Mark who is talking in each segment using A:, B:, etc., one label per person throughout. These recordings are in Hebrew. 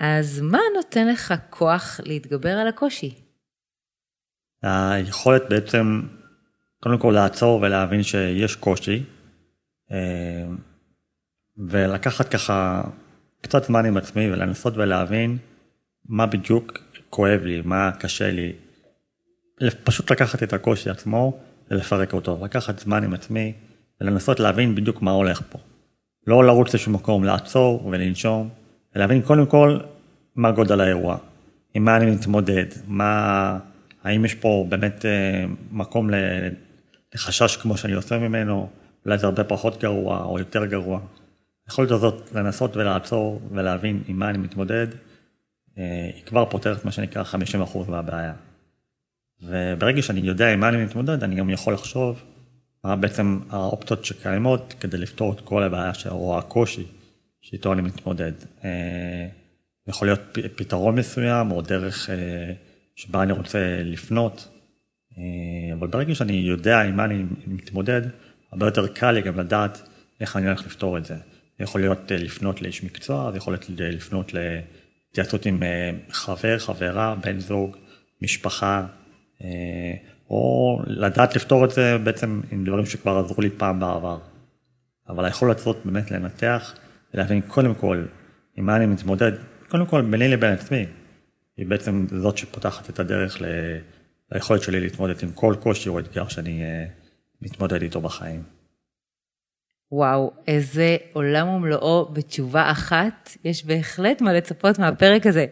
A: אז מה נותן לך כוח להתגבר על הקושי?
B: היכולת בעצם, קודם כל לעצור ולהבין שיש קושי, ולקחת ככה קצת זמן עם עצמי ולנסות ולהבין מה בדיוק כואב לי, מה קשה לי. פשוט לקחת את הקושי עצמו ולפרק אותו, לקחת זמן עם עצמי ולנסות להבין בדיוק מה הולך פה. לא לרוץ לשום מקום, לעצור ולנשום, ולהבין קודם כל מה גודל האירוע, עם מה אני מתמודד, האם יש פה באמת מקום לחשש כמו שאני עושה ממנו, אולי זה הרבה פחות גרוע או יותר גרוע. היכולת הזאת לנסות ולעצור ולהבין עם מה אני מתמודד, היא כבר פותרת מה שנקרא 50% מהבעיה. וברגע שאני יודע עם מה אני מתמודד, אני גם יכול לחשוב מה בעצם האופציות שקיימות כדי לפתור את כל הבעיה או הקושי שאיתו אני מתמודד. יכול להיות פתרון מסוים או דרך שבה אני רוצה לפנות, אבל ברגע שאני יודע עם מה אני מתמודד, הרבה יותר קל לי גם לדעת איך אני הולך לפתור את זה. זה יכול להיות לפנות לאיש מקצוע, זה יכול להיות לפנות להתייעצות עם חבר, חברה, בן זוג, משפחה, או לדעת לפתור את זה בעצם עם דברים שכבר עזרו לי פעם בעבר. אבל היכולת הזאת באמת לנתח ולהבין קודם כל עם מה אני מתמודד, קודם כל ביני לבין עצמי, היא בעצם זאת שפותחת את הדרך ליכולת שלי להתמודד עם כל קושי או אתגר שאני מתמודד איתו בחיים.
A: וואו, איזה עולם ומלואו בתשובה אחת, יש בהחלט מה לצפות מהפרק הזה.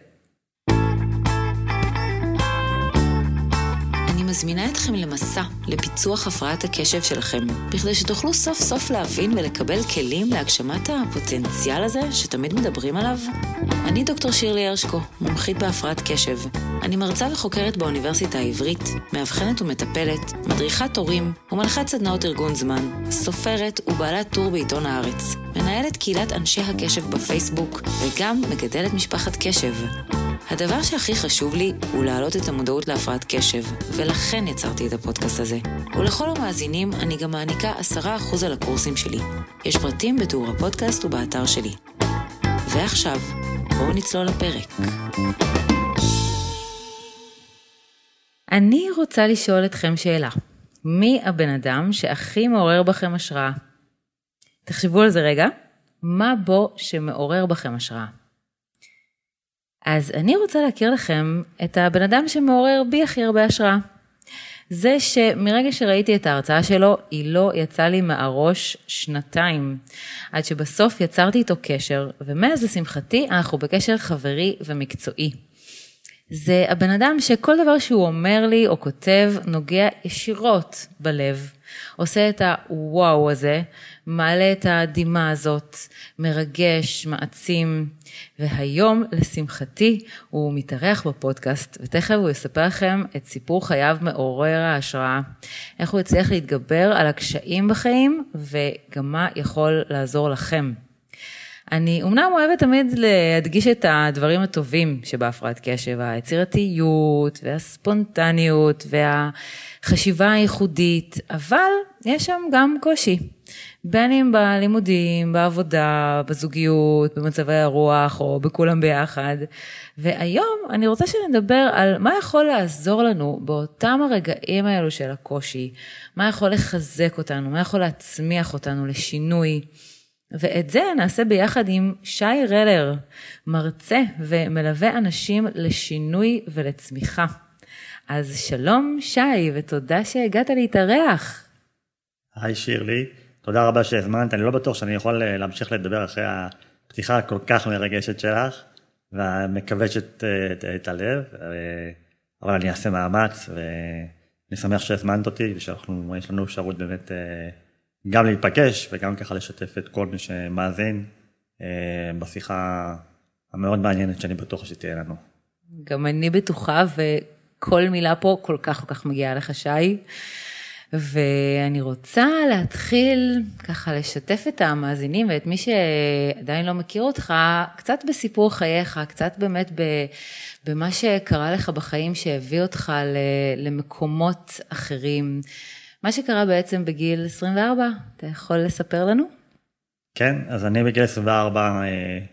C: אני מזמינה אתכם למסע, לפיצוח הפרעת הקשב שלכם, בכדי שתוכלו סוף סוף להבין ולקבל כלים להגשמת הפוטנציאל הזה שתמיד מדברים עליו. אני דוקטור שירלי הרשקו, מומחית בהפרעת קשב. אני מרצה וחוקרת באוניברסיטה העברית, מאבחנת ומטפלת, מדריכת הורים ומנחת סדנאות ארגון זמן, סופרת ובעלת טור בעיתון הארץ, מנהלת קהילת אנשי הקשב בפייסבוק וגם מגדלת משפחת קשב. הדבר שהכי חשוב לי הוא להעלות את המודעות להפרעת קשב, ולכן יצרתי את הפודקאסט הזה. ולכל המאזינים אני גם מעניקה 10% על הקורסים שלי. יש פרטים בתיאור הפודקאסט ובאתר שלי. ועכשיו, בואו נצלול לפרק.
A: אני רוצה לשאול אתכם שאלה. מי הבן אדם שהכי מעורר בכם השראה? תחשבו על זה רגע. מה בו שמעורר בכם השראה? אז אני רוצה להכיר לכם את הבן אדם שמעורר בי הכי הרבה השראה. זה שמרגע שראיתי את ההרצאה שלו, היא לא יצאה לי מהראש שנתיים. עד שבסוף יצרתי איתו קשר, ומאז לשמחתי אנחנו בקשר חברי ומקצועי. זה הבן אדם שכל דבר שהוא אומר לי או כותב נוגע ישירות בלב. עושה את הוואו הזה, מעלה את הדימה הזאת, מרגש, מעצים. והיום, לשמחתי, הוא מתארח בפודקאסט, ותכף הוא יספר לכם את סיפור חייו מעורר ההשראה. איך הוא הצליח להתגבר על הקשיים בחיים, וגם מה יכול לעזור לכם. אני אומנם אוהבת תמיד להדגיש את הדברים הטובים שבהפרעת קשב, היצירתיות והספונטניות והחשיבה הייחודית, אבל יש שם גם קושי. בין אם בלימודים, בעבודה, בזוגיות, במצבי הרוח או בכולם ביחד. והיום אני רוצה שנדבר על מה יכול לעזור לנו באותם הרגעים האלו של הקושי, מה יכול לחזק אותנו, מה יכול להצמיח אותנו לשינוי. ואת זה נעשה ביחד עם שי רלר, מרצה ומלווה אנשים לשינוי ולצמיחה. אז שלום שי, ותודה שהגעת להתארח.
B: היי שירלי, תודה רבה שהזמנת. אני לא בטוח שאני יכול להמשיך לדבר אחרי הפתיחה הכל כך מרגשת שלך, ומקוושת את הלב, אבל אני אעשה מאמץ, ואני שמח שהזמנת אותי, ויש לנו אפשרות באמת גם להיפגש, וגם ככה לשתף את כל מי שמאזין בשיחה המאוד מעניינת שאני בטוח שתהיה לנו.
A: גם אני בטוחה, וכל מילה פה כל כך מגיעה לך שי. ואני רוצה להתחיל ככה לשתף את המאזינים ואת מי שעדיין לא מכיר אותך, קצת בסיפור חייך, קצת באמת במה שקרה לך בחיים שהביא אותך למקומות אחרים. מה שקרה בעצם בגיל 24, אתה יכול לספר לנו?
B: כן, אז אני בגיל 24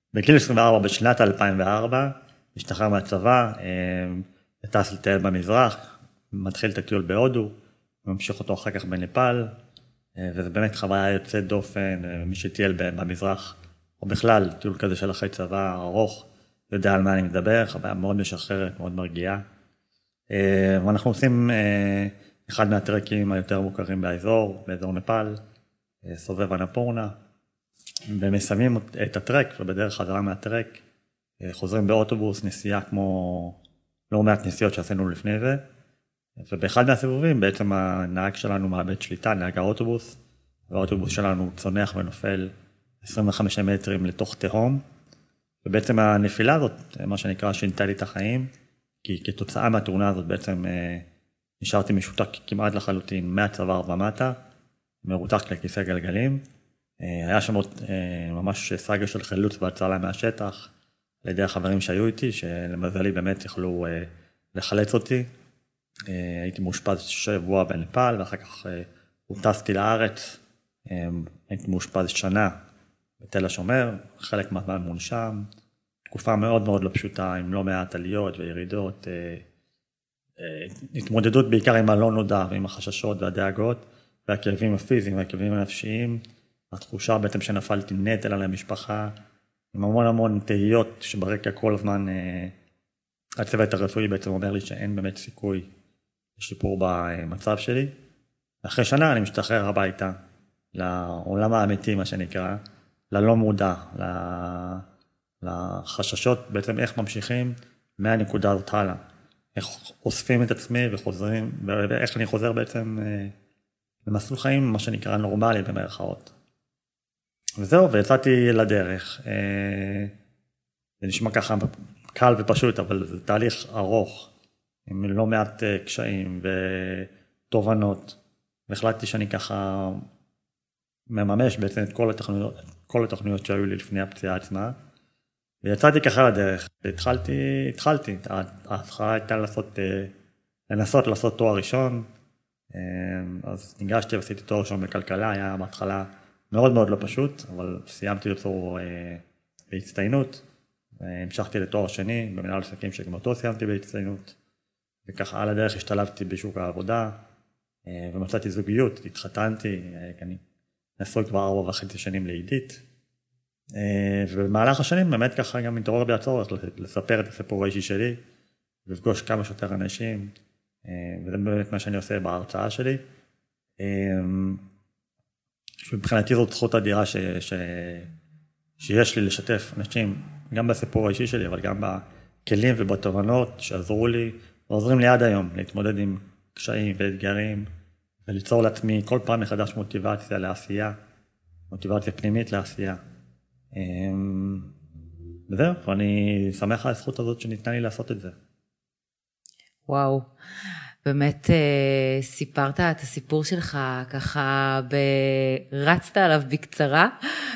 B: בגיל 24, בשנת 2004, משתחרר מהצבא, טס לטייל במזרח, מתחיל את הטיול בהודו, ממשיך אותו אחר כך בנפאל, וזה באמת חוויה יוצאת דופן, מי שטייל במזרח, או בכלל, טיול כזה של אחרי צבא ארוך, יודע על מה אני מדבר, חוויה מאוד משחררת, מאוד מרגיעה. ואנחנו עושים אחד מהטרקים היותר מוכרים באזור נפאל, סובב אנפורנה, ומסיימים את הטרק, ובדרך חזרה מהטרק, חוזרים באוטובוס, נסיעה כמו לא מעט נסיעות שעשינו לפני זה, ובאחד מהסיבובים בעצם הנהג שלנו מאבד שליטה, נהג האוטובוס, והאוטובוס שלנו צונח ונופל 25 מטרים לתוך תהום, ובעצם הנפילה הזאת, מה שנקרא, שינתה לי את החיים, כי כתוצאה מהתאונה הזאת בעצם נשארתי משותק כמעט לחלוטין מהצוואר ומטה, מרותק לכיסא גלגלים, היה שם עוד ממש סאגה של חילוץ והצלה מהשטח, על ידי החברים שהיו איתי, שלמזלי באמת יכלו לחלץ אותי. הייתי מאושפז שבוע בנפאל, ואחר כך הוטסתי לארץ, הייתי מאושפז שנה בתל השומר, חלק מהזמן מונשם, תקופה מאוד מאוד לא פשוטה, עם לא מעט עליות וירידות, התמודדות בעיקר עם הלא נודע, ועם החששות והדאגות, והכאבים הפיזיים והכאבים הנפשיים, התחושה בעצם שנפלתי נטל על המשפחה, עם המון תהיות שברקע כל הזמן הצוות הרפואי בעצם אומר לי שאין באמת סיכוי לשיפור במצב שלי. אחרי שנה אני משתחרר הביתה, לעולם האמיתי מה שנקרא, ללא מודע, לחששות בעצם איך ממשיכים מהנקודה הזאת הלאה. איך אוספים את עצמי וחוזרים, ואיך אני חוזר בעצם למסלול חיים מה שנקרא נורמלי במרכאות. וזהו, ויצאתי לדרך. זה נשמע ככה קל ופשוט, אבל זה תהליך ארוך, עם לא מעט קשיים ותובנות. והחלטתי שאני ככה מממש בעצם את כל התוכניות שהיו לי לפני הפציעה עצמה. ויצאתי ככה לדרך, והתחלתי. ההתחלה הייתה לנסות לעשות תואר ראשון, אז ניגשתי ועשיתי תואר ראשון בכלכלה, היה בהתחלה מאוד מאוד לא פשוט, אבל סיימתי אותו בהצטיינות, המשכתי לתואר שני במנהל עסקים שגם אותו סיימתי בהצטיינות, וככה על הדרך השתלבתי בשוק העבודה, ומצאתי זוגיות, התחתנתי, אני נשוי כבר 4.5 שנים לעידית, ובמהלך השנים באמת ככה גם התעורר בי הצורך לספר את הסיפור האישי שלי, לפגוש כמה שיותר אנשים, וזה באמת מה שאני עושה בהרצאה שלי. מבחינתי זאת זכות אדירה שיש לי לשתף אנשים, גם בסיפור האישי שלי, אבל גם בכלים ובתובנות שעזרו לי, ועוזרים לי עד היום להתמודד עם קשיים ואתגרים, וליצור לעצמי כל פעם מחדש מוטיבציה לעשייה, מוטיבציה פנימית לעשייה. וזהו, ואני שמח על הזכות הזאת שניתנה לי לעשות את זה.
A: וואו, באמת סיפרת את הסיפור שלך ככה, רצת עליו בקצרה,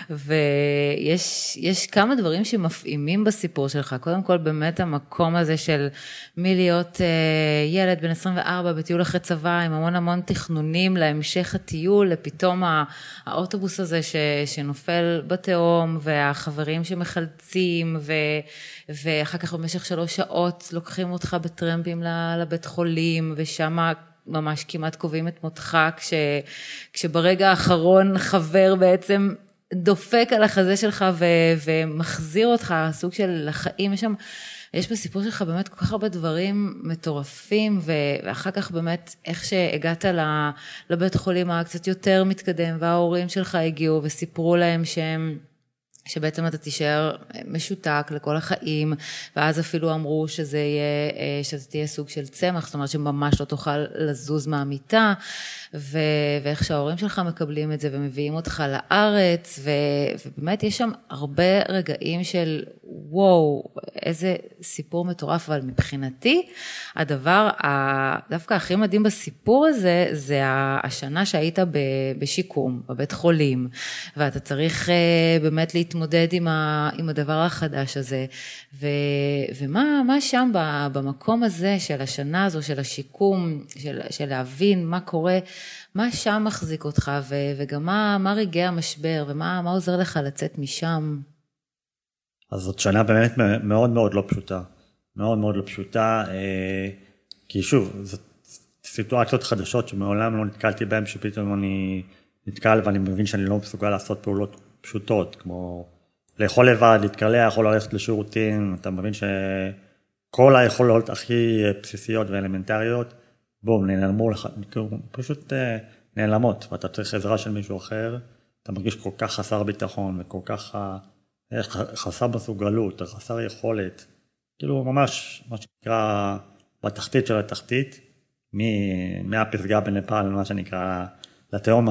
A: ויש כמה דברים שמפעימים בסיפור שלך. קודם כל באמת המקום הזה של מלהיות ילד בן 24 בטיול אחרי צבא, עם המון תכנונים להמשך הטיול, לפתאום האוטובוס הזה שנופל בתהום, והחברים שמחלצים, ואחר כך במשך 3 שעות לוקחים אותך בטרמפים לבית חולים, ושם ממש כמעט קובעים את מותך, כשברגע האחרון חבר בעצם דופק על החזה שלך ומחזיר אותך, סוג של לחיים. יש בסיפור שלך באמת כל כך הרבה דברים מטורפים, ואחר כך באמת איך שהגעת לבית חולים הקצת יותר מתקדם, וההורים שלך הגיעו וסיפרו להם שבעצם אתה תישאר משותק לכל החיים, ואז אפילו אמרו שזה תהיה סוג של צמח, זאת אומרת שממש לא תוכל לזוז מהמיטה, ואיך שההורים שלך מקבלים את זה ומביאים אותך לארץ, ובאמת יש שם הרבה רגעים של וואו, איזה סיפור מטורף, אבל מבחינתי הדבר דווקא הכי מדהים בסיפור הזה, זה השנה שהיית בשיקום, בבית חולים, ואתה צריך באמת להתמודד עם הדבר החדש הזה, ומה שם במקום הזה של השנה הזו, של השיקום, של להבין מה קורה, מה שם מחזיק אותך, וגם מה רגעי המשבר, ומה עוזר לך לצאת משם?
B: אז זאת שנה באמת מאוד מאוד לא פשוטה. מאוד מאוד לא פשוטה, כי שוב, זאת סיטואציות חדשות שמעולם לא נתקלתי בהן, שפתאום אני נתקל ואני מבין שאני לא מסוגל לעשות פעולות פשוטות, כמו לאכול לבד, להתקלח או ללכת לשירותים, אתה מבין שכל היכולות הכי בסיסיות ואלמנטריות, בום, נעלמו לך, פשוט נעלמות, ואתה צריך עזרה של מישהו אחר, אתה מרגיש כל כך חסר ביטחון וכל כך חסר מסוגלות, חסר יכולת, כאילו ממש מה שנקרא בתחתית של התחתית, מהפסגה בנפאל, מה שנקרא, לתהום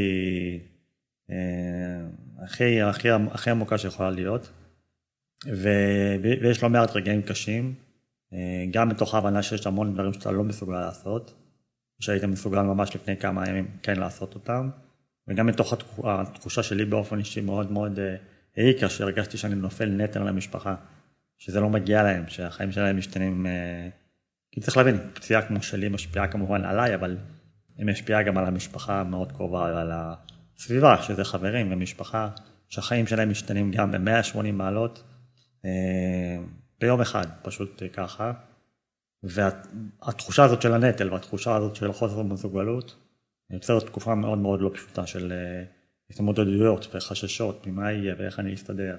B: הכי עמוקה שיכולה להיות, ויש לא מעט רגעים קשים, גם בתוך ההבנה שיש המון דברים שאתה לא מסוגל לעשות, שהיית מסוגל ממש לפני כמה ימים כן לעשות אותם, וגם מתוך התחושה שלי באופן אישי מאוד מאוד העיקה, שהרגשתי שאני נופל נטל למשפחה, שזה לא מגיע להם, שהחיים שלהם משתנים, כי צריך להבין, פציעה כמו שלי משפיעה כמובן עליי, אבל היא משפיעה גם על המשפחה מאוד קרובה, על הסביבה, שזה חברים ומשפחה, שהחיים שלהם משתנים גם ב-180 מעלות, ביום אחד, פשוט ככה, והתחושה הזאת של הנטל, והתחושה הזאת של חוסר מסוגלות, יוצרת תקופה מאוד מאוד לא פשוטה של התמודדויות וחששות, ממה יהיה ואיך אני אסתדר.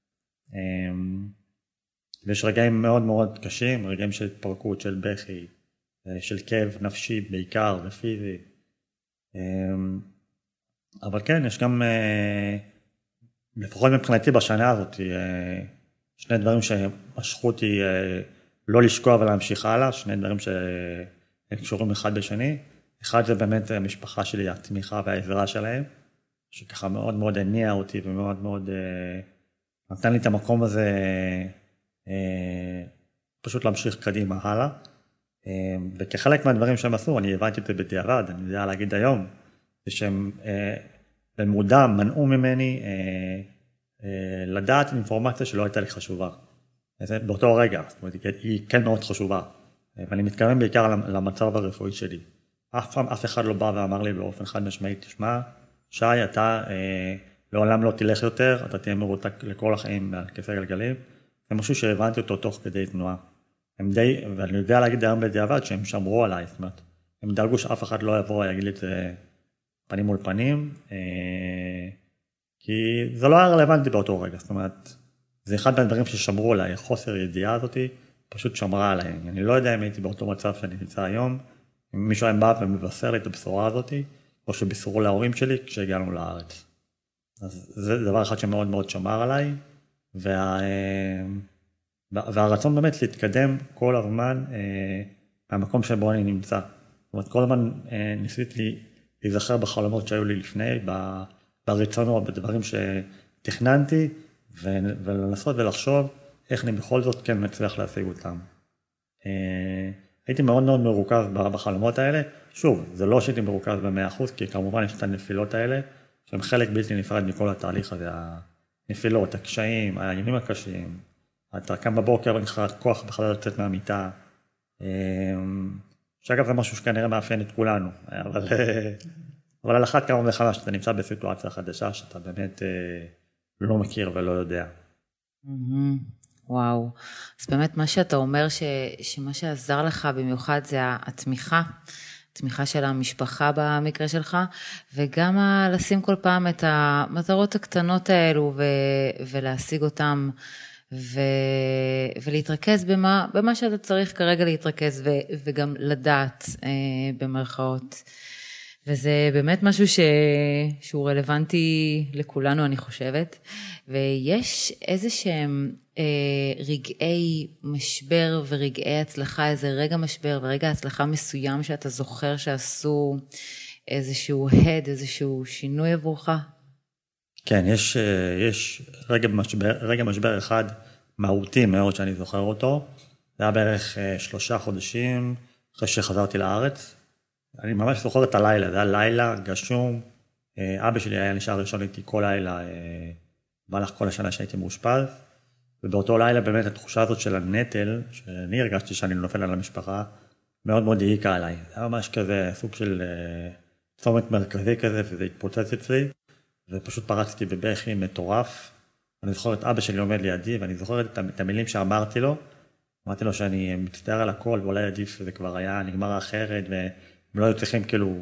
B: ויש רגעים מאוד מאוד קשים, רגעים של התפרקות, של בכי, של כאב נפשי בעיקר ופיזי. אבל כן, יש גם, לפחות מבחינתי בשנה הזאת, שני דברים שמשכו אותי לא לשקוע ולהמשיך הלאה, שני דברים שהם קשורים אחד בשני. אחד זה באמת המשפחה שלי, התמיכה והעזרה שלהם, שככה מאוד מאוד הניע אותי ומאוד מאוד נתן לי את המקום הזה פשוט להמשיך קדימה הלאה. וכחלק מהדברים שהם עשו, אני הבנתי את זה בדיעבד, אני יודע להגיד היום, זה שהם במודע מנעו ממני לדעת אינפורמציה שלא הייתה לי חשובה. באותו רגע, זאת אומרת, היא כן מאוד חשובה, ואני מתכוון בעיקר למצב הרפואי שלי. אף פעם אף אחד לא בא ואמר לי באופן חד משמעי, תשמע, שי, אתה לעולם לא תלך יותר, אתה תהיה מרותק לכל החיים על כיסא גלגלים, זה משהו שהבנתי אותו תוך כדי תנועה. ואני יודע להגיד היום בדיעבד שהם שמרו עליי, זאת אומרת, הם דאגו שאף אחד לא יבוא ויגיד לי את זה פנים מול פנים, כי זה לא היה רלוונטי באותו רגע, זאת אומרת, זה אחד מהדברים ששמרו עליי, חוסר ידיעה הזאת, פשוט שמרה עליי. אני לא יודע אם הייתי באותו מצב שאני נמצא היום, אם מישהו היה בא ומבשר לי את הבשורה הזאת, או שבישרו להורים שלי כשהגענו לארץ. אז זה דבר אחד שמאוד מאוד שמר עליי, והרצון באמת להתקדם כל הזמן מהמקום שבו אני נמצא. זאת אומרת, כל הזמן ניסיתי להיזכר בחלומות שהיו לי לפני, ברצונות, בדברים שתכננתי, ולנסות ולחשוב איך אני בכל זאת כן מצליח להשיג אותם. הייתי מאוד מאוד מרוכז בחלומות האלה. שוב, זה לא שהייתי מרוכז ב100%, כי כמובן יש את הנפילות האלה, שהם חלק בלתי נפרד מכל התהליך הזה, הנפילות, הקשיים, הימים הקשים, אתה קם בבוקר ואין לך כוח בכלל לצאת מהמיטה, שאגב זה משהו שכנראה מאפיין את כולנו, אבל על אחת כמה וכמה שאתה נמצא בסיטואציה חדשה, שאתה באמת לא מכיר ולא יודע.
A: וואו, אז באמת מה שאתה אומר שמה שעזר לך במיוחד זה התמיכה, התמיכה של המשפחה במקרה שלך, וגם לשים כל פעם את המטרות הקטנות האלו ולהשיג אותם, ולהתרכז במה שאתה צריך כרגע להתרכז, וגם לדעת במרכאות. וזה באמת משהו שהוא רלוונטי לכולנו, אני חושבת. ויש איזה שהם רגעי משבר ורגעי הצלחה, איזה רגע משבר ורגע הצלחה מסוים שאתה זוכר שעשו איזשהו איזשהו שינוי עבורך?
B: כן, יש רגע משבר אחד מהותי מאוד שאני זוכר אותו. זה היה בערך 3 חודשים אחרי שחזרתי לארץ. אני ממש זוכר את הלילה, זה היה לילה גשום. אבא שלי היה נשאר ראשון איתי כל לילה, במהלך כל השנה שהייתי מאושפז. ובאותו לילה באמת התחושה הזאת של הנטל, שאני הרגשתי שאני נופל על המשפחה, מאוד מאוד העיקה עליי. זה היה ממש כזה סוג של צומת מרכזי כזה, וזה התפוצץ אצלי. ופשוט פרצתי בבכי מטורף, אני זוכר את אבא שלי עומד לידי, ואני זוכר את המילים שאמרתי לו, אמרתי לו שאני מצטער על הכל, ואולי עדיף שזה כבר היה נגמר אחרת, והם לא היו צריכים כאילו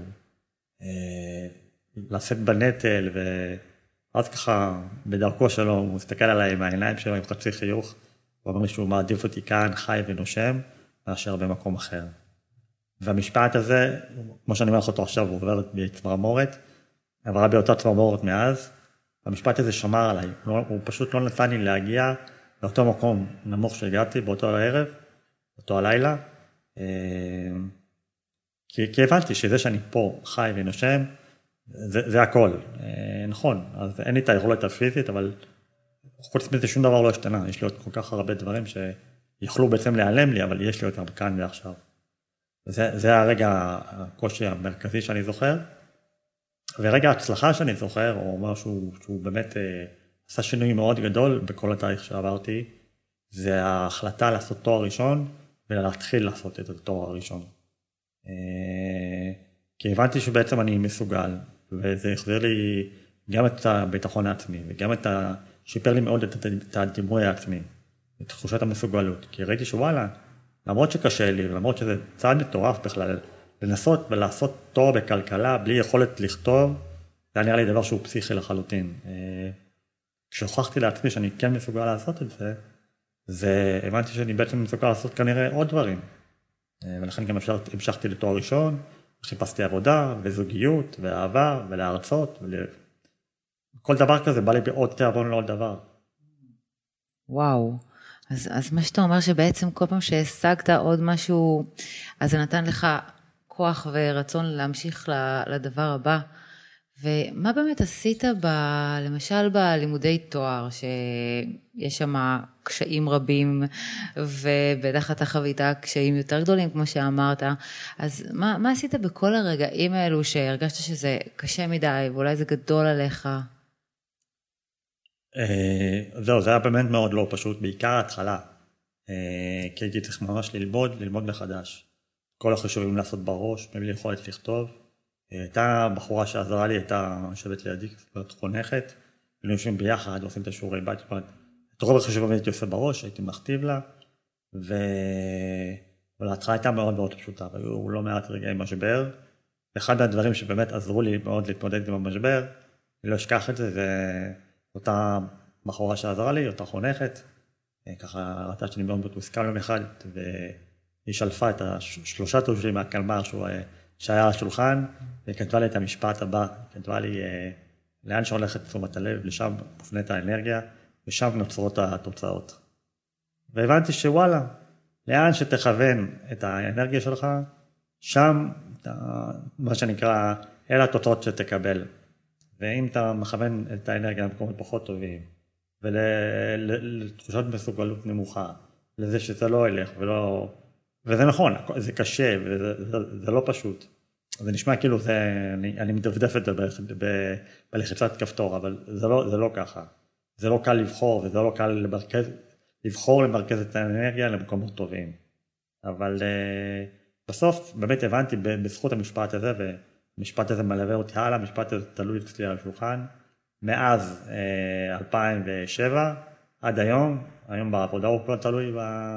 B: לשאת בנטל, ואז ככה בדרכו שלו, הוא מסתכל עליי עם העיניים שלו, עם חצי חיוך, הוא אמר לי שהוא מעדיף אותי כאן, חי ונושם, מאשר במקום אחר. והמשפט הזה, כמו שאני אומר לך אותו עכשיו, הוא עובר בצמרמורת, עברה באותה צמרמורת מאז, המשפט הזה שמר עליי, הוא פשוט לא נתן לי להגיע לאותו מקום נמוך שהגעתי באותו הערב, באותו הלילה, כי הבנתי שזה שאני פה חי ונושם, זה הכל, נכון, אז אין לי את היכולת הפיזית, אבל חוץ מזה שום דבר לא השתנה, יש לי עוד כל כך הרבה דברים שיכולו בעצם להיעלם לי, אבל יש לי אותם כאן ועכשיו. זה הרגע הקושי המרכזי שאני זוכר, ורגע ההצלחה שאני זוכר, או משהו שהוא באמת עשה שינוי מאוד גדול בכל התהליך שעברתי, זה ההחלטה לעשות תואר ראשון, ולהתחיל לעשות את התואר הראשון. כי הבנתי שבעצם אני מסוגל, וזה החזיר לי גם את הביטחון העצמי, וגם שיפר לי מאוד את הדימוי העצמי, את תחושת המסוגלות. כי ראיתי שוואלה, למרות שקשה לי, ולמרות שזה צעד מטורף בכלל, לנסות ולעשות תואר בכלכלה, בלי יכולת לכתוב, זה היה נראה לי דבר שהוא פסיכי לחלוטין. כשהוכחתי לעצמי שאני כן מסוגל לעשות את זה, הבנתי שאני בעצם מסוגל לעשות כנראה עוד דברים. ולכן גם המשכתי לתואר ראשון, חיפשתי עבודה, וזוגיות, ואהבה, ולהרצות, כל דבר כזה בא לי בעוד תיאבון לעוד דבר.
A: וואו, אז מה שאתה אומר שבעצם כל פעם שהשגת עוד משהו, אז זה נתן לך כוח ורצון להמשיך לדבר הבא. ומה באמת עשית למשל בלימודי תואר, שיש שם קשיים רבים, ובטח אתה חווית קשיים יותר גדולים, כמו שאמרת, אז מה עשית בכל הרגעים האלו שהרגשת שזה קשה מדי, ואולי זה גדול עליך?
B: זהו, זה היה באמת מאוד לא פשוט, בעיקר ההתחלה, כי הייתי צריך ממש ללמוד מחדש. כל החישובים לעשות בראש, מבלי יכולת לכתוב. הייתה בחורה שעזרה לי, הייתה יושבת לידי, חונכת, היינו יושבים ביחד, עושים את השיעורי בית, את רוב החישובים הייתי עושה בראש, הייתי מכתיב לה, ולהתחלה הייתה מאוד מאוד פשוטה, והיו לא מעט רגעי משבר. אחד הדברים שבאמת עזרו לי מאוד להתמודד עם המשבר, אני לא אשכח את זה, זה אותה בחורה שעזרה לי, אותה חונכת, ככה ראתה שאני מאוד מתוסכל יום אחד, והיא שלפה את השלושה תלושים מהקלמר שהיה על השולחן, וכתבה לי את המשפט הבא, כתבה לי לאן שהולכת תשומת הלב, לשם מופנית האנרגיה, ושם נוצרות התוצאות. והבנתי שוואלה, לאן שתכוון את האנרגיה שלך, שם, מה שנקרא, אלה התוצאות שתקבל. ואם אתה מכוון את האנרגיה למקומות פחות טובים, ולתחושת מסוגלות נמוכה, לזה שזה לא ילך, וזה נכון, זה קשה, וזה לא פשוט. זה נשמע כאילו, אני מדפדף את זה בלחיצת כפתור, אבל זה לא ככה. זה לא קל לבחור, וזה לא קל למרכז את האנרגיה למקומות טובים. אבל בסוף באמת הבנתי בזכות המשפט הזה, והמשפט הזה מלווה אותי הלאה, המשפט הזה תלוי אצלי על השולחן, מאז 2007 עד היום בעבודה הוא כבר תלוי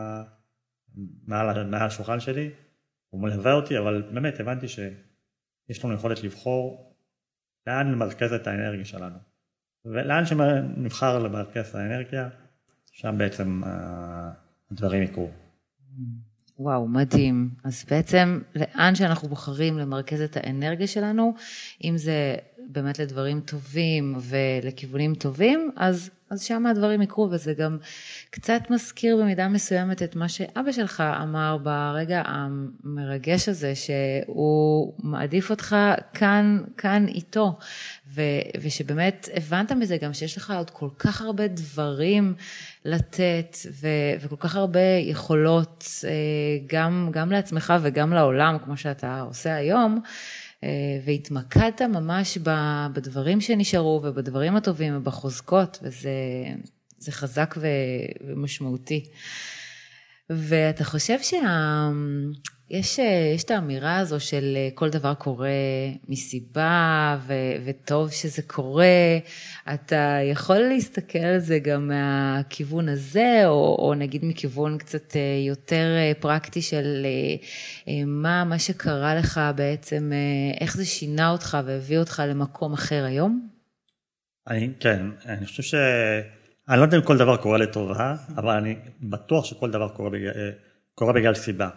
B: מעל השולחן שלי, הוא מלווה אותי, אבל באמת הבנתי שיש לנו יכולת לבחור לאן למרכז את האנרגיה שלנו. ולאן שנבחר למרכז את האנרגיה, שם בעצם הדברים יקרו.
A: וואו, מדהים. אז בעצם לאן שאנחנו בוחרים למרכז את האנרגיה שלנו, אם זה באמת לדברים טובים ולכיוונים טובים, אז שם הדברים יקרו, וזה גם קצת מזכיר במידה מסוימת את מה שאבא שלך אמר ברגע המרגש הזה, שהוא מעדיף אותך כאן איתו, ושבאמת הבנת מזה גם שיש לך עוד כל כך הרבה דברים לתת, וכל כך הרבה יכולות, גם לעצמך וגם לעולם, כמו שאתה עושה היום, והתמקדת ממש בדברים שנשארו, ובדברים הטובים, ובחוזקות, וזה חזק ומשמעותי. ואתה חושב יש את האמירה הזו של כל דבר קורה מסיבה, וטוב שזה קורה, אתה יכול להסתכל על זה גם מהכיוון הזה, או נגיד מכיוון קצת יותר פרקטי של מה שקרה לך בעצם, איך זה שינה אותך והביא אותך למקום אחר היום?
B: כן, אני חושב אני לא יודע אם כל דבר קורה לטובה, אבל אני בטוח שכל דבר קורה בגלל סיבה.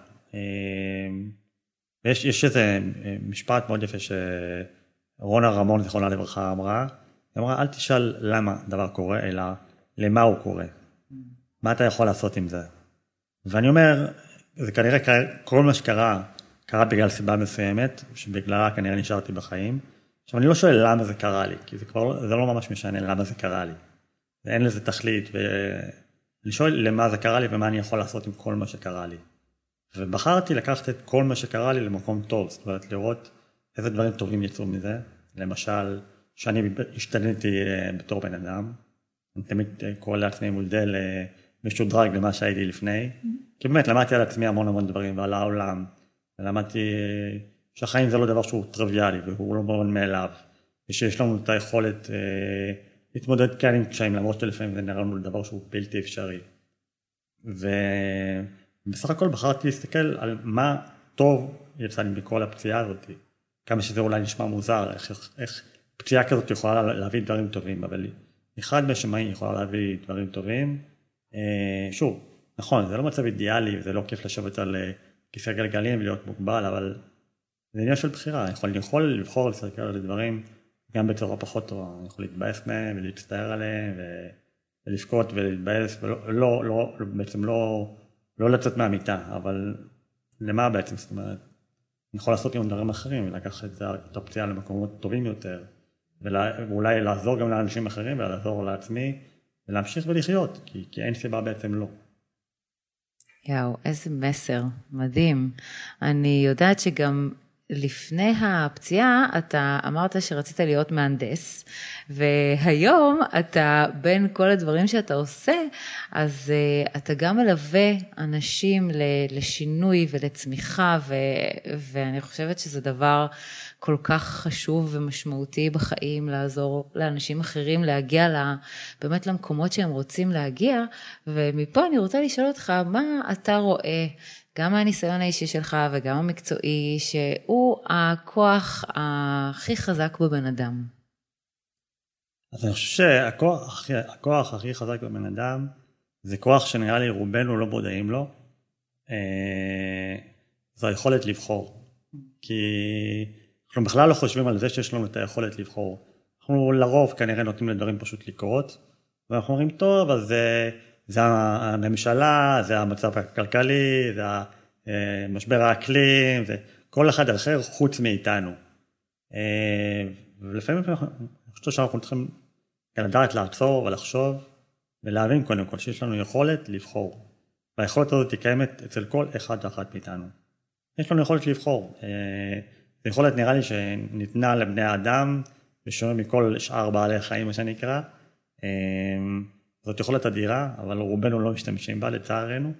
B: יש איזה משפט מאוד יפה שרונה רמון, זיכרונה לברכה, אמרה, אל תשאל למה דבר קורה, אלא למה הוא קורה. מה אתה יכול לעשות עם זה? ואני אומר, זה כנראה כל מה שקרה, קרה בגלל סיבה מסוימת, שבגללה כנראה נשארתי בחיים. עכשיו, אני לא שואל למה זה קרה לי, כי זה לא ממש משנה למה זה קרה לי. ואין לזה תכלית, ואני שואל למה זה קרה לי ומה אני יכול לעשות עם כל מה שקרה לי. ובחרתי לקחת את כל מה שקרה לי למקום טוב, זאת אומרת, לראות איזה דברים טובים יצאו מזה. למשל, שאני השתניתי בתור בן אדם, אני תמיד קורא לעצמי מודל משודרג למה שהייתי לפני, כי באמת למדתי על עצמי המון דברים ועל העולם, ולמדתי שהחיים זה לא דבר שהוא טריוויאלי והוא לא ברור מאליו, ושיש לנו את היכולת להתמודד כאן עם קשיים, למרות שלפעמים זה נראה לנו דבר שהוא בלתי אפשרי. ובסך הכל בחרתי להסתכל על מה טוב יצא לי בכל הפציעה הזאת, כמה שזה אולי נשמע מוזר, איך פציעה כזאת יכולה להביא דברים טובים, אבל אחד מהשמיים יכולה להביא דברים טובים. שוב, נכון, זה לא מצב אידיאלי, וזה לא כיף לשבת על כיסא גלגלים ולהיות מוגבל, אבל זה עניין של בחירה. אני יכול לבחור להסתכל על דברים גם בצורה פחות טובה. אני יכול להתבאס מהם ולהצטער עליהם ולבכות ולהתבאס, בעצם לא לצאת מהמיטה, אבל למה בעצם? זאת אומרת, אני יכול לעשות עם דברים אחרים ולקחת את הפציעה למקומות טובים יותר, ואולי לעזור גם לאנשים אחרים ולעזור לעצמי ולהמשיך ולחיות, כי אין סיבה בעצם לא.
A: יאו, איזה מסר, מדהים. אני יודעת שגם לפני הפציעה אתה אמרת שרצית להיות מהנדס, והיום אתה בין כל הדברים שאתה עושה, אז אתה גם מלווה אנשים לשינוי ולצמיחה, ואני חושבת שזה דבר כל כך חשוב ומשמעותי בחיים, לעזור לאנשים אחרים להגיע באמת למקומות שהם רוצים להגיע, ומפה אני רוצה לשאול אותך, מה אתה רואה גם מהניסיון האישי שלך וגם המקצועי, שהוא הכוח הכי חזק בבן אדם?
B: אז אני חושב שהכוח הכי חזק בבן אדם, זה כוח שנראה לי רובנו לא מודעים לו, זו היכולת לבחור. כי אנחנו בכלל לא חושבים על זה שיש לנו את היכולת לבחור. אנחנו לרוב כנראה נותנים לדברים פשוט לקרות, ואנחנו אומרים, טוב, אז זה הממשלה, זה המצב הכלכלי, זה משבר האקלים, זה כל אחד אחר חוץ מאיתנו. ולפעמים אני חושב שאנחנו צריכים לדעת לעצור ולחשוב, ולהבין קודם כל שיש לנו יכולת לבחור. והיכולת הזאת היא קיימת אצל כל אחד ואחת מאיתנו. יש לנו יכולת לבחור. זו יכולת נראה לי שניתנה לבני האדם, בשונה מכל שאר בעלי החיים, מה שנקרא. זאת יכולת אדירה, אבל רובנו לא משתמשים בה, לצערנו.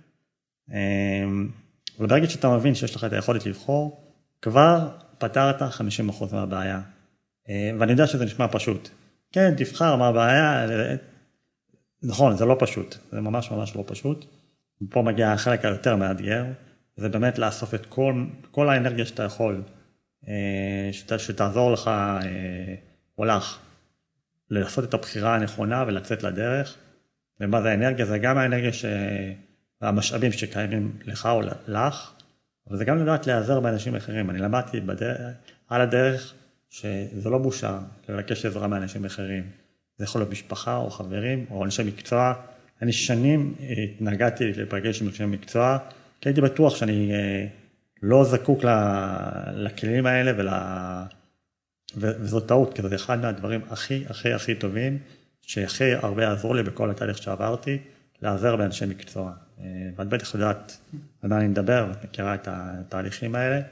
B: אבל ברגע שאתה מבין שיש לך את היכולת לבחור, כבר פתרת 50% מהבעיה. ואני יודע שזה נשמע פשוט. כן, תבחר מה הבעיה. נכון, זה לא פשוט. זה ממש לא פשוט. ופה מגיע החלק היותר מאתגר. זה באמת לאסוף את כל האנרגיה שאתה יכול, שתעזור לך או לך, לעשות את הבחירה הנכונה ולצאת לדרך. ומה זה האנרגיה? זה גם האנרגיה והמשאבים שקיימים לך או לך, אבל זה גם לדעת להיעזר באנשים אחרים. אני למדתי על הדרך שזה לא בושה לבקש עזרה מאנשים אחרים. זה יכול להיות משפחה או חברים או אנשי מקצוע. אני שנים התנגדתי לפגש עם אנשי מקצוע, כי הייתי בטוח שאני לא זקוק לכלים האלה, וזו טעות, כי זה אחד מהדברים הכי טובים, שהכי הרבה עזרו לי בכל התהליך שעברתי, לעזר באנשי מקצוע. ואת בטח יודעת על מה אני מדבר, ואת מכירה את התהליכים האלה.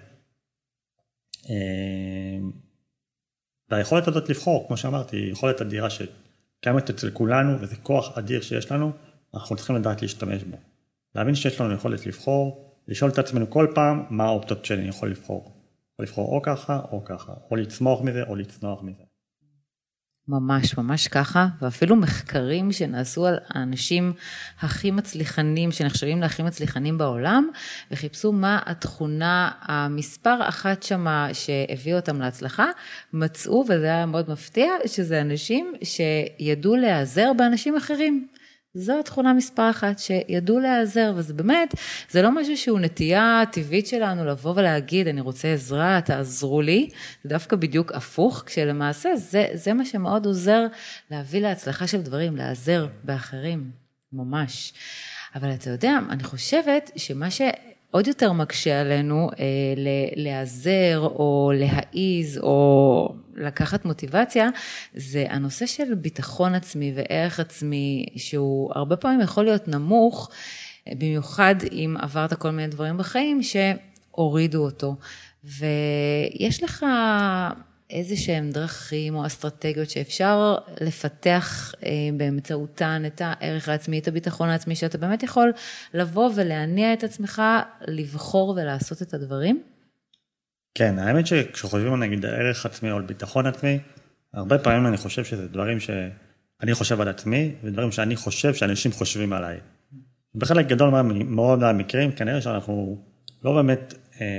B: והיכולת הזאת לבחור, כמו שאמרתי, היא יכולת אדירה שקיימת אצל כולנו, וזה כוח אדיר שיש לנו, אנחנו צריכים לדעת להשתמש בו. להבין שיש לנו יכולת לבחור, לשאול את עצמנו כל פעם מה האופציות שאני יכול לבחור. יכול לבחור או ככה או ככה, או לצמוח מזה או לצנוח מזה.
A: ממש, ממש ככה, ואפילו מחקרים שנעשו על האנשים הכי מצליחנים, שנחשבים להכי מצליחנים בעולם, וחיפשו מה התכונה המספר אחת שמה שהביא אותם להצלחה, מצאו, וזה היה מאוד מפתיע, שזה אנשים שידעו להיעזר באנשים אחרים. זו התכונה מספר אחת, שידעו להיעזר, וזה באמת, זה לא משהו שהוא נטייה טבעית שלנו לבוא ולהגיד, אני רוצה עזרה, תעזרו לי, זה דווקא בדיוק הפוך, כשלמעשה זה מה שמאוד עוזר להביא להצלחה של דברים, להיעזר באחרים, ממש. אבל אתה יודע, אני חושבת שמה שעוד יותר מקשה עלינו להיעזר או להעיז או לקחת מוטיבציה, זה הנושא של ביטחון עצמי וערך עצמי, שהוא הרבה פעמים יכול להיות נמוך, במיוחד אם עברת כל מיני דברים בחיים שהורידו אותו. ויש לך איזה שהם דרכים או אסטרטגיות שאפשר לפתח באמצעותן את הערך העצמי, את הביטחון העצמי, שאתה באמת יכול לבוא ולהניע את עצמך, לבחור ולעשות את הדברים?
B: כן, האמת שכשחושבים נגיד הערך עצמי או על ביטחון עצמי, הרבה פעמים אני חושב שזה דברים שאני חושב על עצמי, ודברים שאני חושב שאנשים חושבים עליי. בחלק גדול מאוד מהמקרים, כנראה שאנחנו לא באמת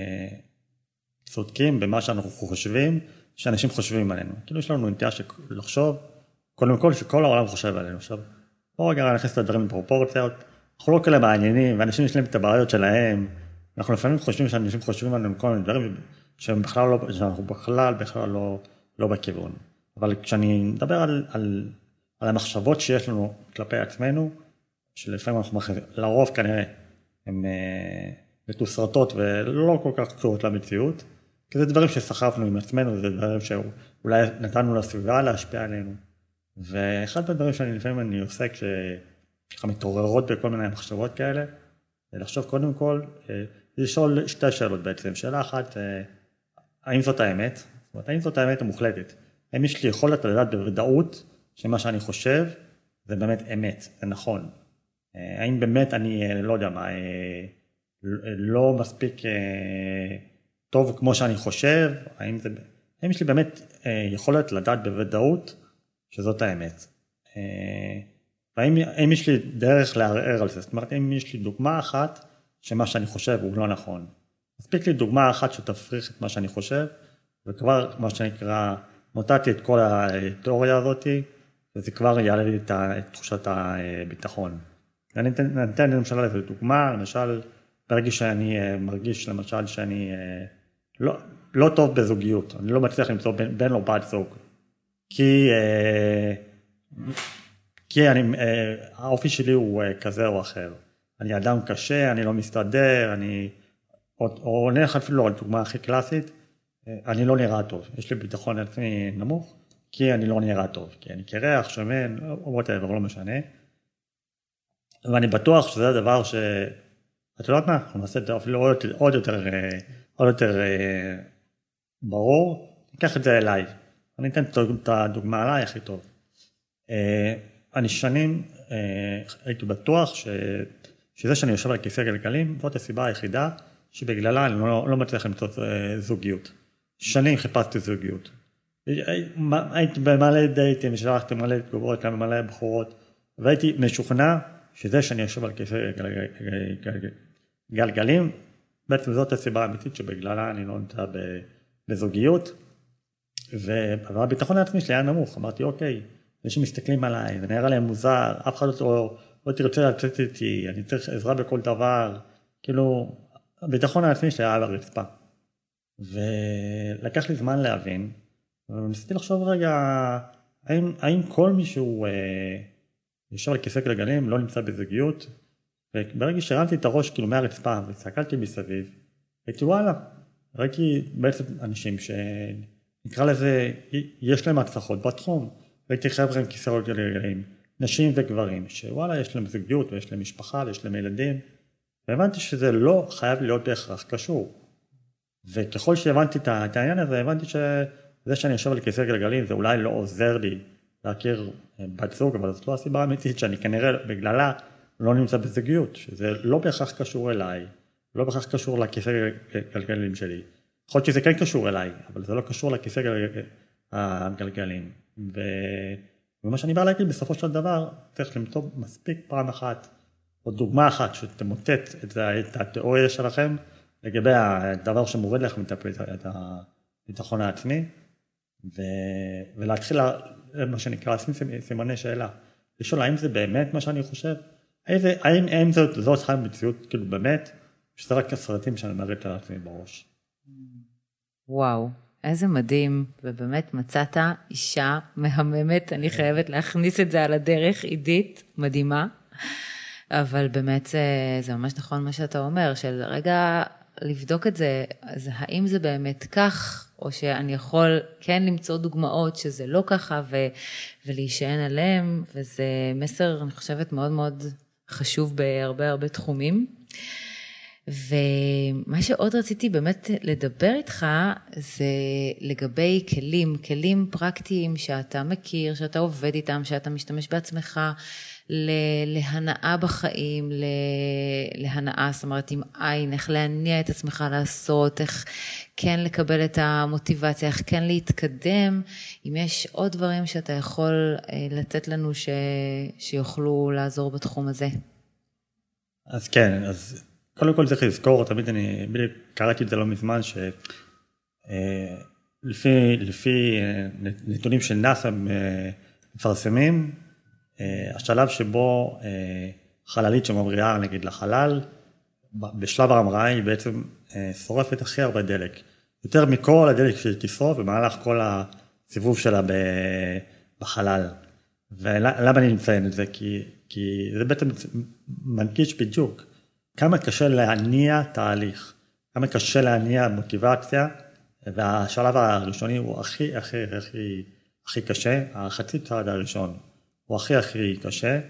B: צודקים במה שאנחנו חושבים, שאנשים חושבים עלינו. כאילו יש לנו נטייה לחשוב, קודם כל שכל העולם חושב עלינו. עכשיו, בואו רגע נכנס את הדברים בפרופורציות, אנחנו לא כאלה מעניינים, ואנשים יש להם את הבעיות שלהם, אנחנו לפעמים חושבים שאנשים חושבים עלינו כל מיני דברים, שאנחנו בכלל לא בכיוון. אבל כשאני מדבר על המחשבות שיש לנו כלפי עצמנו, שלפעמים אנחנו לרוב כנראה הן מתוסרטות ולא כל כך קשורות למציאות, כי זה דברים שסחפנו עם עצמנו, זה דברים שאולי נתנו לסביבה להשפיע עלינו. ואחד מהדברים שאני לפעמים אני עושה כשככה מתעוררות בכל מיני מחשבות כאלה, זה לחשוב קודם כל, לשאול שתי שאלות בעצם. שאלה אחת, האם זאת האמת? זאת אומרת, האם זאת האמת המוחלטת? האם יש לי יכולת לדעת בוודאות שמה שאני חושב זה באמת אמת, זה נכון? האם באמת אני, לא יודע מה, לא מספיק טוב כמו שאני חושב? האם יש לי באמת יכולת לדעת בוודאות שזאת האמת? והאם יש לי דרך לערער על זה? זאת אומרת, אם יש לי דוגמה אחת שמה שאני חושב הוא לא נכון. מספיק לי דוגמה אחת שתפריך את מה שאני חושב, וכבר מה שנקרא, נותתי את כל התיאוריה הזאת, וזה כבר יעלה לי את תחושת הביטחון. אני נתן למשל איזו דוגמה, למשל, ברגע שאני מרגיש למשל שאני לא טוב בזוגיות, אני לא מצליח למצוא בן או בת זוג, כי האופי שלי הוא כזה או אחר. אני אדם קשה, אני לא מסתדר, או נלך אפילו על דוגמה הכי קלאסית, אני לא נראה טוב. יש לי ביטחון עצמי נמוך, כי אני לא נראה טוב. כי אני קרח, שמן, או whatever, לא משנה. ואני בטוח שזה הדבר אתה יודעת מה? אנחנו נעשה את זה אפילו עוד יותר ברור. ניקח את זה אליי. אני אתן את הדוגמה עליי הכי טוב. אני שנים הייתי בטוח שזה שאני יושב על כיסא גלגלים, זאת הסיבה היחידה שבגללה אני לא מצליח למצוא זוגיות. שנים חיפשתי זוגיות. הייתי במלא דייטים, שלחתי מלא תגובות, מלא בחורות, והייתי משוכנע שזה שאני יושב על כיסא גלגלים, בעצם זאת הסיבה האמיתית שבגללה אני לא נמצא בזוגיות, והביטחון העצמי שלי היה נמוך. אמרתי, אוקיי, אנשים מסתכלים עליי, זה נראה להם מוזר, אף אחד לא תרצה לצאת איתי, אני צריך עזרה בכל דבר, כאילו, הביטחון העצמי שלי היה על הרצפה. ולקח לי זמן להבין, וניסיתי לחשוב רגע, האם כל מישהו יושב על כיסא גלגלים לא נמצא בזוגיות, וברגע שהרמתי את הראש כאילו מהרצפה וצעקלתי מסביב, הייתי וואלה, ראיתי בעצם אנשים שנקרא לזה, יש להם הצלחות בתחום, ראיתי חבר'ה עם כיסאות גלגלים, נשים וגברים, שוואלה יש להם זוגיות ויש להם משפחה ויש להם ילדים, והבנתי שזה לא חייב להיות בהכרח קשור. וככל שהבנתי את העניין הזה, הבנתי שזה שאני יושב על כיסא גלגלים, זה אולי לא עוזר לי להכיר בת זוג, אבל זאת לא הסיבה האמיתית שאני כנראה בגללה לא נמצא בזוגיות, שזה לא בהכרח קשור אליי, לא בהכרח קשור לכיסא גלגלים שלי. יכול להיות שזה כן קשור אליי, אבל זה לא קשור לכיסא הגלגלים. ומה שאני בא להגיד, בסופו של דבר, צריך למצוא מספיק פעם אחת, או דוגמה אחת שתמוטט את התיאוריה שלכם, לגבי הדבר שמוריד לכם את הביטחון העצמי, ולהתחיל מה שנקרא סימני שאלה. לשאול, האם זה באמת מה שאני חושב? האם זאת המציאות, כאילו באמת, שזה רק הסרטים שאני מראה על עצמי בראש.
A: וואו, איזה מדהים, ובאמת מצאת אישה מהממת, אני חייבת להכניס את זה על הדרך, עידית, מדהימה, אבל באמת זה ממש נכון מה שאתה אומר, של רגע לבדוק את זה, אז האם זה באמת כך, או שאני יכול כן למצוא דוגמאות שזה לא ככה, ולהישען עליהם, וזה מסר, אני חושבת, מאוד מאוד חשוב בהרבה תחומים. ומה שעוד רציתי באמת לדבר איתך, זה לגבי כלים פרקטיים שאתה מכיר, שאתה עובד איתם, שאתה משתמש בעצמך, להנאה בחיים, להנאה, זאת אומרת עם עין, איך להניע את עצמך לעשות, איך כן לקבל את המוטיבציה, איך כן להתקדם, אם יש עוד דברים שאתה יכול לתת לנו שיוכלו לעזור בתחום הזה.
B: אז כן, אז קודם כל צריך לזכור, תמיד אני קראתי את זה לא מזמן, שלפי נתונים של נאס"א מפרסמים, השלב שבו חללית שמבריאה נגיד לחלל, בשלב ההמראה היא בעצם שורפת הכי הרבה דלק. יותר מכל הדלק שתשרוף במהלך כל הסיבוב שלה בחלל. ולמה אני מציין את זה? כי זה בעצם מנגיש בדיוק. כמה קשה להניע תהליך, כמה קשה להניע מוטיבציה, והשלב הראשוני הוא הכי קשה, החצי צעד הראשון. הוא הכי קשה,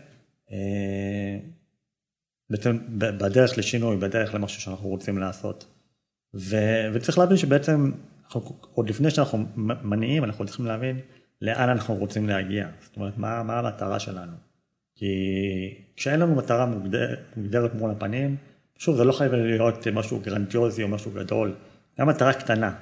B: בעצם בדרך לשינוי, בדרך למשהו שאנחנו רוצים לעשות. וצריך להבין שבעצם, עוד לפני שאנחנו מניעים, אנחנו צריכים להבין לאן אנחנו רוצים להגיע. זאת אומרת, מה המטרה שלנו. כי כשאין לנו מטרה מוגדרת מול הפנים, שוב, זה לא חייב להיות משהו גרנדיוזי או משהו גדול, זה מטרה קטנה.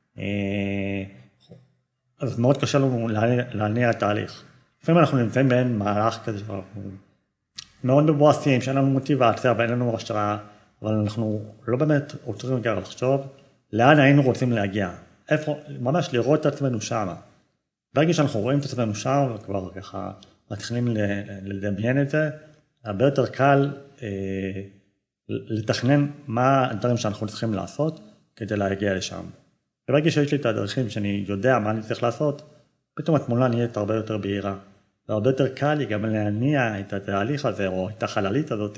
B: אז מאוד קשה לנו להניע התהליך. לפעמים אנחנו נמצאים בין מהלך כזה שאנחנו מאוד מבואסים, שאין לנו מוטיבציה ואין לנו השראה, אבל אנחנו לא באמת רוצים לגר לחשוב לאן היינו רוצים להגיע. איפה, ממש לראות את עצמנו שם. ברגע שאנחנו רואים את עצמנו שם, וכבר ככה מתחילים לדמיין את זה, הרבה יותר קל לתכנן מה הדברים שאנחנו צריכים לעשות כדי להגיע לשם. ברגע שיש לי את הדרכים שאני יודע מה אני צריך לעשות, פתאום התמונה נהיית הרבה יותר בהירה. והרבה יותר קל לי גם להניע את התהליך הזה, או את החללית הזאת,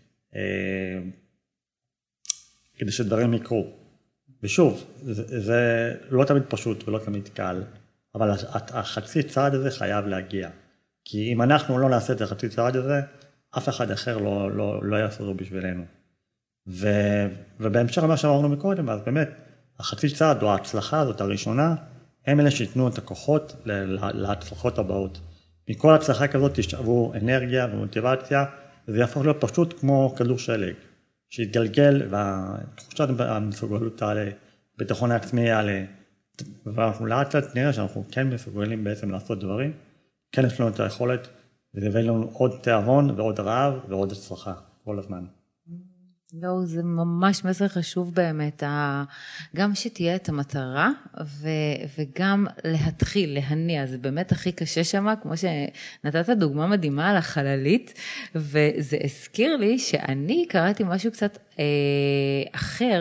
B: כדי שדברים יקרו. ושוב, זה לא תמיד פשוט ולא תמיד קל, אבל החצי צעד הזה חייב להגיע. כי אם אנחנו לא נעשה את החצי צעד הזה, אף אחד אחר לא יעשה אותו בשבילנו. ובהמשך למה שאמרנו מקודם, אז באמת, החצי צעד או ההצלחה הזאת הראשונה, הם אלה שיתנו את הכוחות להצלחות הבאות. מכל הצלחה כזאת תשאבו אנרגיה ומוטיבציה, וזה יהפוך להיות פשוט כמו כדור שלג, שיתגלגל והתחושת המסוגלות תעלה, ביטחון העצמי יעלה, ואנחנו לאט לאט נראה שאנחנו כן מסוגלים בעצם לעשות דברים, כן יש לנו את היכולת, וזה יביא לנו עוד תיאבון ועוד רעב ועוד הצלחה כל הזמן.
A: לא, זה ממש מסר חשוב באמת, גם שתהיה את המטרה וגם להתחיל, להניע, זה באמת הכי קשה שם, כמו שנתת דוגמה מדהימה על החללית, וזה הזכיר לי שאני קראתי משהו קצת אחר,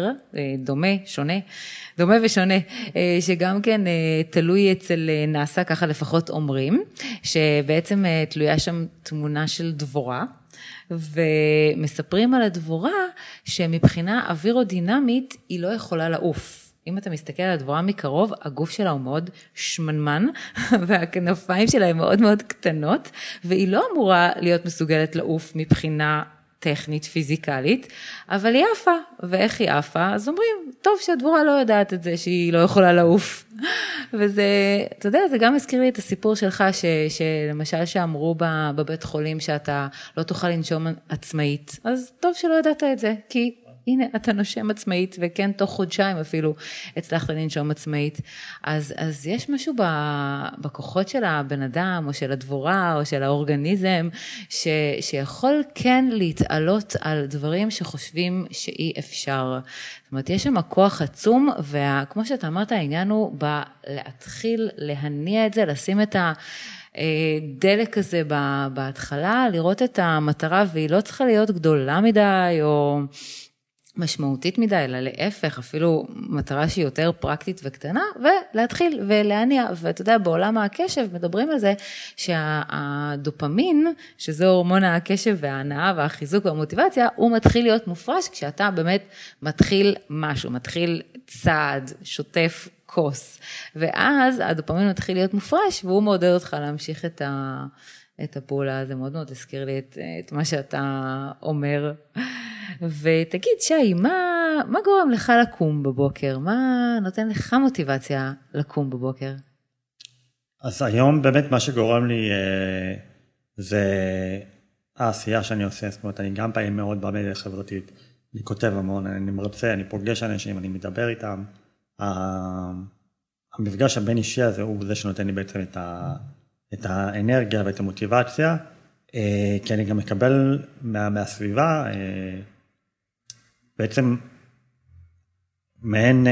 A: דומה ושונה, שגם כן תלוי אצל נאס"א, ככה לפחות אומרים, שבעצם תלויה שם תמונה של דבורה, ומספרים על הדבורה שמבחינה אווירודינמית היא לא יכולה לעוף. אם אתה מסתכל על הדבורה מקרוב, הגוף שלה הוא מאוד שמנמן, והכנפיים שלה הן מאוד מאוד קטנות, והיא לא אמורה להיות מסוגלת לעוף מבחינה טכנית, פיזיקלית, אבל היא עפה, ואיך היא עפה? אז אומרים, טוב שהדבורה לא יודעת את זה, שהיא לא יכולה לעוף. וזה, אתה יודע, זה גם הזכיר לי את הסיפור שלך, שלמשל שאמרו בבית חולים, שאתה לא תוכל לנשום עצמאית, אז טוב שלא ידעת את זה, כי הנה, אתה נושם עצמאית, וכן, תוך חודשיים אפילו הצלחת לנשום עצמאית. אז יש משהו בכוחות של הבן אדם, או של הדבורה, או של האורגניזם, שיכול כן להתעלות על דברים שחושבים שאי אפשר. זאת אומרת, יש שם כוח עצום, וכמו שאתה אמרת, העניין הוא להתחיל להניע את זה, לשים את הדלק הזה בהתחלה, לראות את המטרה, והיא לא צריכה להיות גדולה מדי, או משמעותית מדי, אלא להפך, אפילו מטרה שהיא יותר פרקטית וקטנה, ולהתחיל ולהניע, ואתה יודע, בעולם הקשב מדברים על זה, שהדופמין, שזה הורמון הקשב וההנאה והחיזוק והמוטיבציה, הוא מתחיל להיות מופרש, כשאתה באמת מתחיל משהו, מתחיל צעד, שוטף כוס, ואז הדופמין מתחיל להיות מופרש, והוא מעודד אותך להמשיך את הפעולה, זה מאוד מאוד הזכיר לי את מה שאתה אומר. ותגיד, שי, מה גורם לך לקום בבוקר? מה נותן לך מוטיבציה לקום בבוקר?
B: אז היום באמת מה שגורם לי זה העשייה שאני עושה, זאת אומרת, אני גם פעמים מאוד במדיה החברתית, אני כותב המון, אני מרצה, אני פוגש אנשים, אני מדבר איתם. המפגש הבין אישי הזה הוא זה שנותן לי בעצם את האנרגיה ואת המוטיבציה, כי אני גם מקבל מהסביבה, בעצם מעין,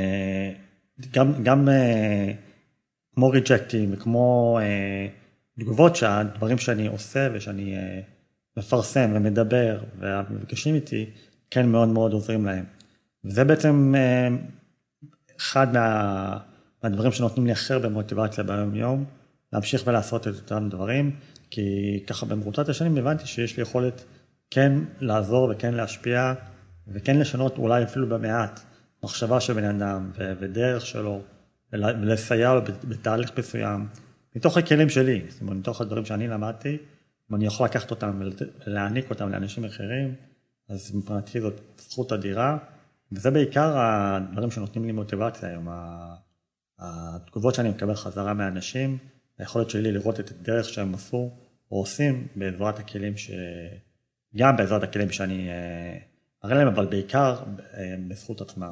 B: גם כמו ריג'קטים וכמו תגובות שהדברים שאני עושה ושאני מפרסם ומדבר והמפגשים איתי, כן מאוד מאוד עוזרים להם. וזה בעצם אחד מהדברים שנותנים לי הכי הרבה מוטיבציה ביום יום, להמשיך ולעשות את אותם דברים, כי ככה במרוצת השנים הבנתי שיש לי יכולת כן לעזור וכן להשפיע, וכן לשנות אולי אפילו במעט מחשבה של בן אדם ודרך שלו, ולסייע לו בתהליך מסוים, מתוך הכלים שלי, זאת אומרת, מתוך הדברים שאני למדתי, ואני יכול לקחת אותם ולהעניק אותם לאנשים אחרים, אז מבחינתי זאת זכות אדירה, וזה בעיקר הדברים שנותנים לי מוטיבציה היום, התגובות שאני מקבל חזרה מאנשים, היכולת שלי לראות את הדרך שהם עשו או עושים בעזרת הכלים גם בעזרת הכלים שאני אראה להם, אבל בעיקר בזכות עצמם.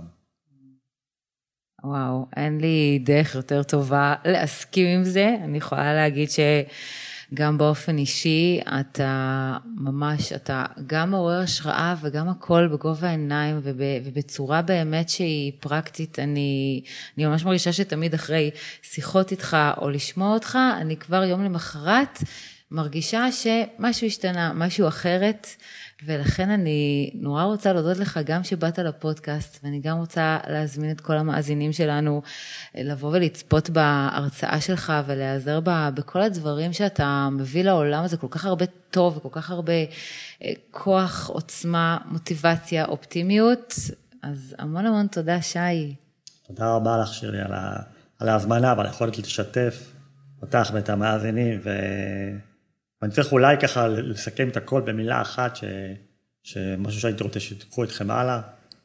A: וואו, אין לי דרך יותר טובה להסכים עם זה. אני יכולה להגיד שגם באופן אישי, אתה גם מעורר השראה וגם הכל בגובה העיניים ובצורה באמת שהיא פרקטית. אני ממש מרגישה שתמיד אחרי שיחות איתך או לשמוע אותך, אני כבר יום למחרת מרגישה שמשהו השתנה, משהו אחרת, ולכן אני נורא רוצה להודות לך גם שבאת לפודקאסט, ואני גם רוצה להזמין את כל המאזינים שלנו לבוא ולצפות בהרצאה שלך ולהיעזר בכל הדברים שאתה מביא לעולם הזה, כל כך הרבה טוב וכל כך הרבה כוח, עוצמה, מוטיבציה, אופטימיות. אז המון המון תודה, שי.
B: תודה רבה לך שירלי על ההזמנה ועל היכולת לשתף אותך ואת המאזינים, ואני צריך אולי ככה לסכם את הכל במילה אחת, שמשהו שהייתי רוצה שתיקחו אתכם הלאה,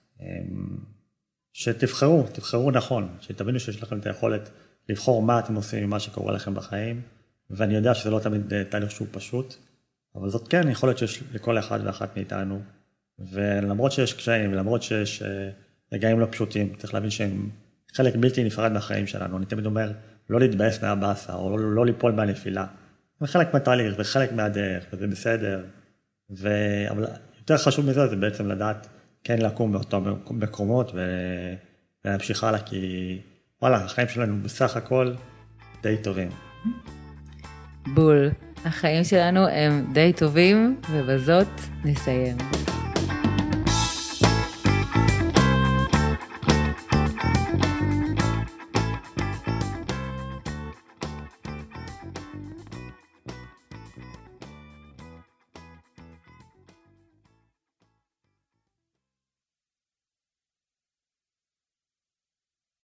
B: שתבחרו נכון, שתבינו שיש לכם את היכולת לבחור מה אתם עושים עם מה שקורה לכם בחיים, ואני יודע שזה לא תמיד תהליך שהוא פשוט, אבל זאת כן יכולת שיש לכל אחד ואחת מאיתנו, ולמרות שיש קשיים, ולמרות שיש רגעים לא פשוטים, צריך להבין שהם חלק בלתי נפרד מהחיים שלנו. אני תמיד אומר, לא להתבאס מהבאסה, או לא ליפול מהנפילה. זה חלק מהתהליך, זה חלק מהדרך, וזה בסדר. אבל יותר חשוב מזה, זה בעצם לדעת כן לקום באותם מקומות, ולהמשיך הלאה, כי וואלה, החיים שלנו בסך הכל די טובים.
A: בול. החיים שלנו הם די טובים, ובזאת נסיים.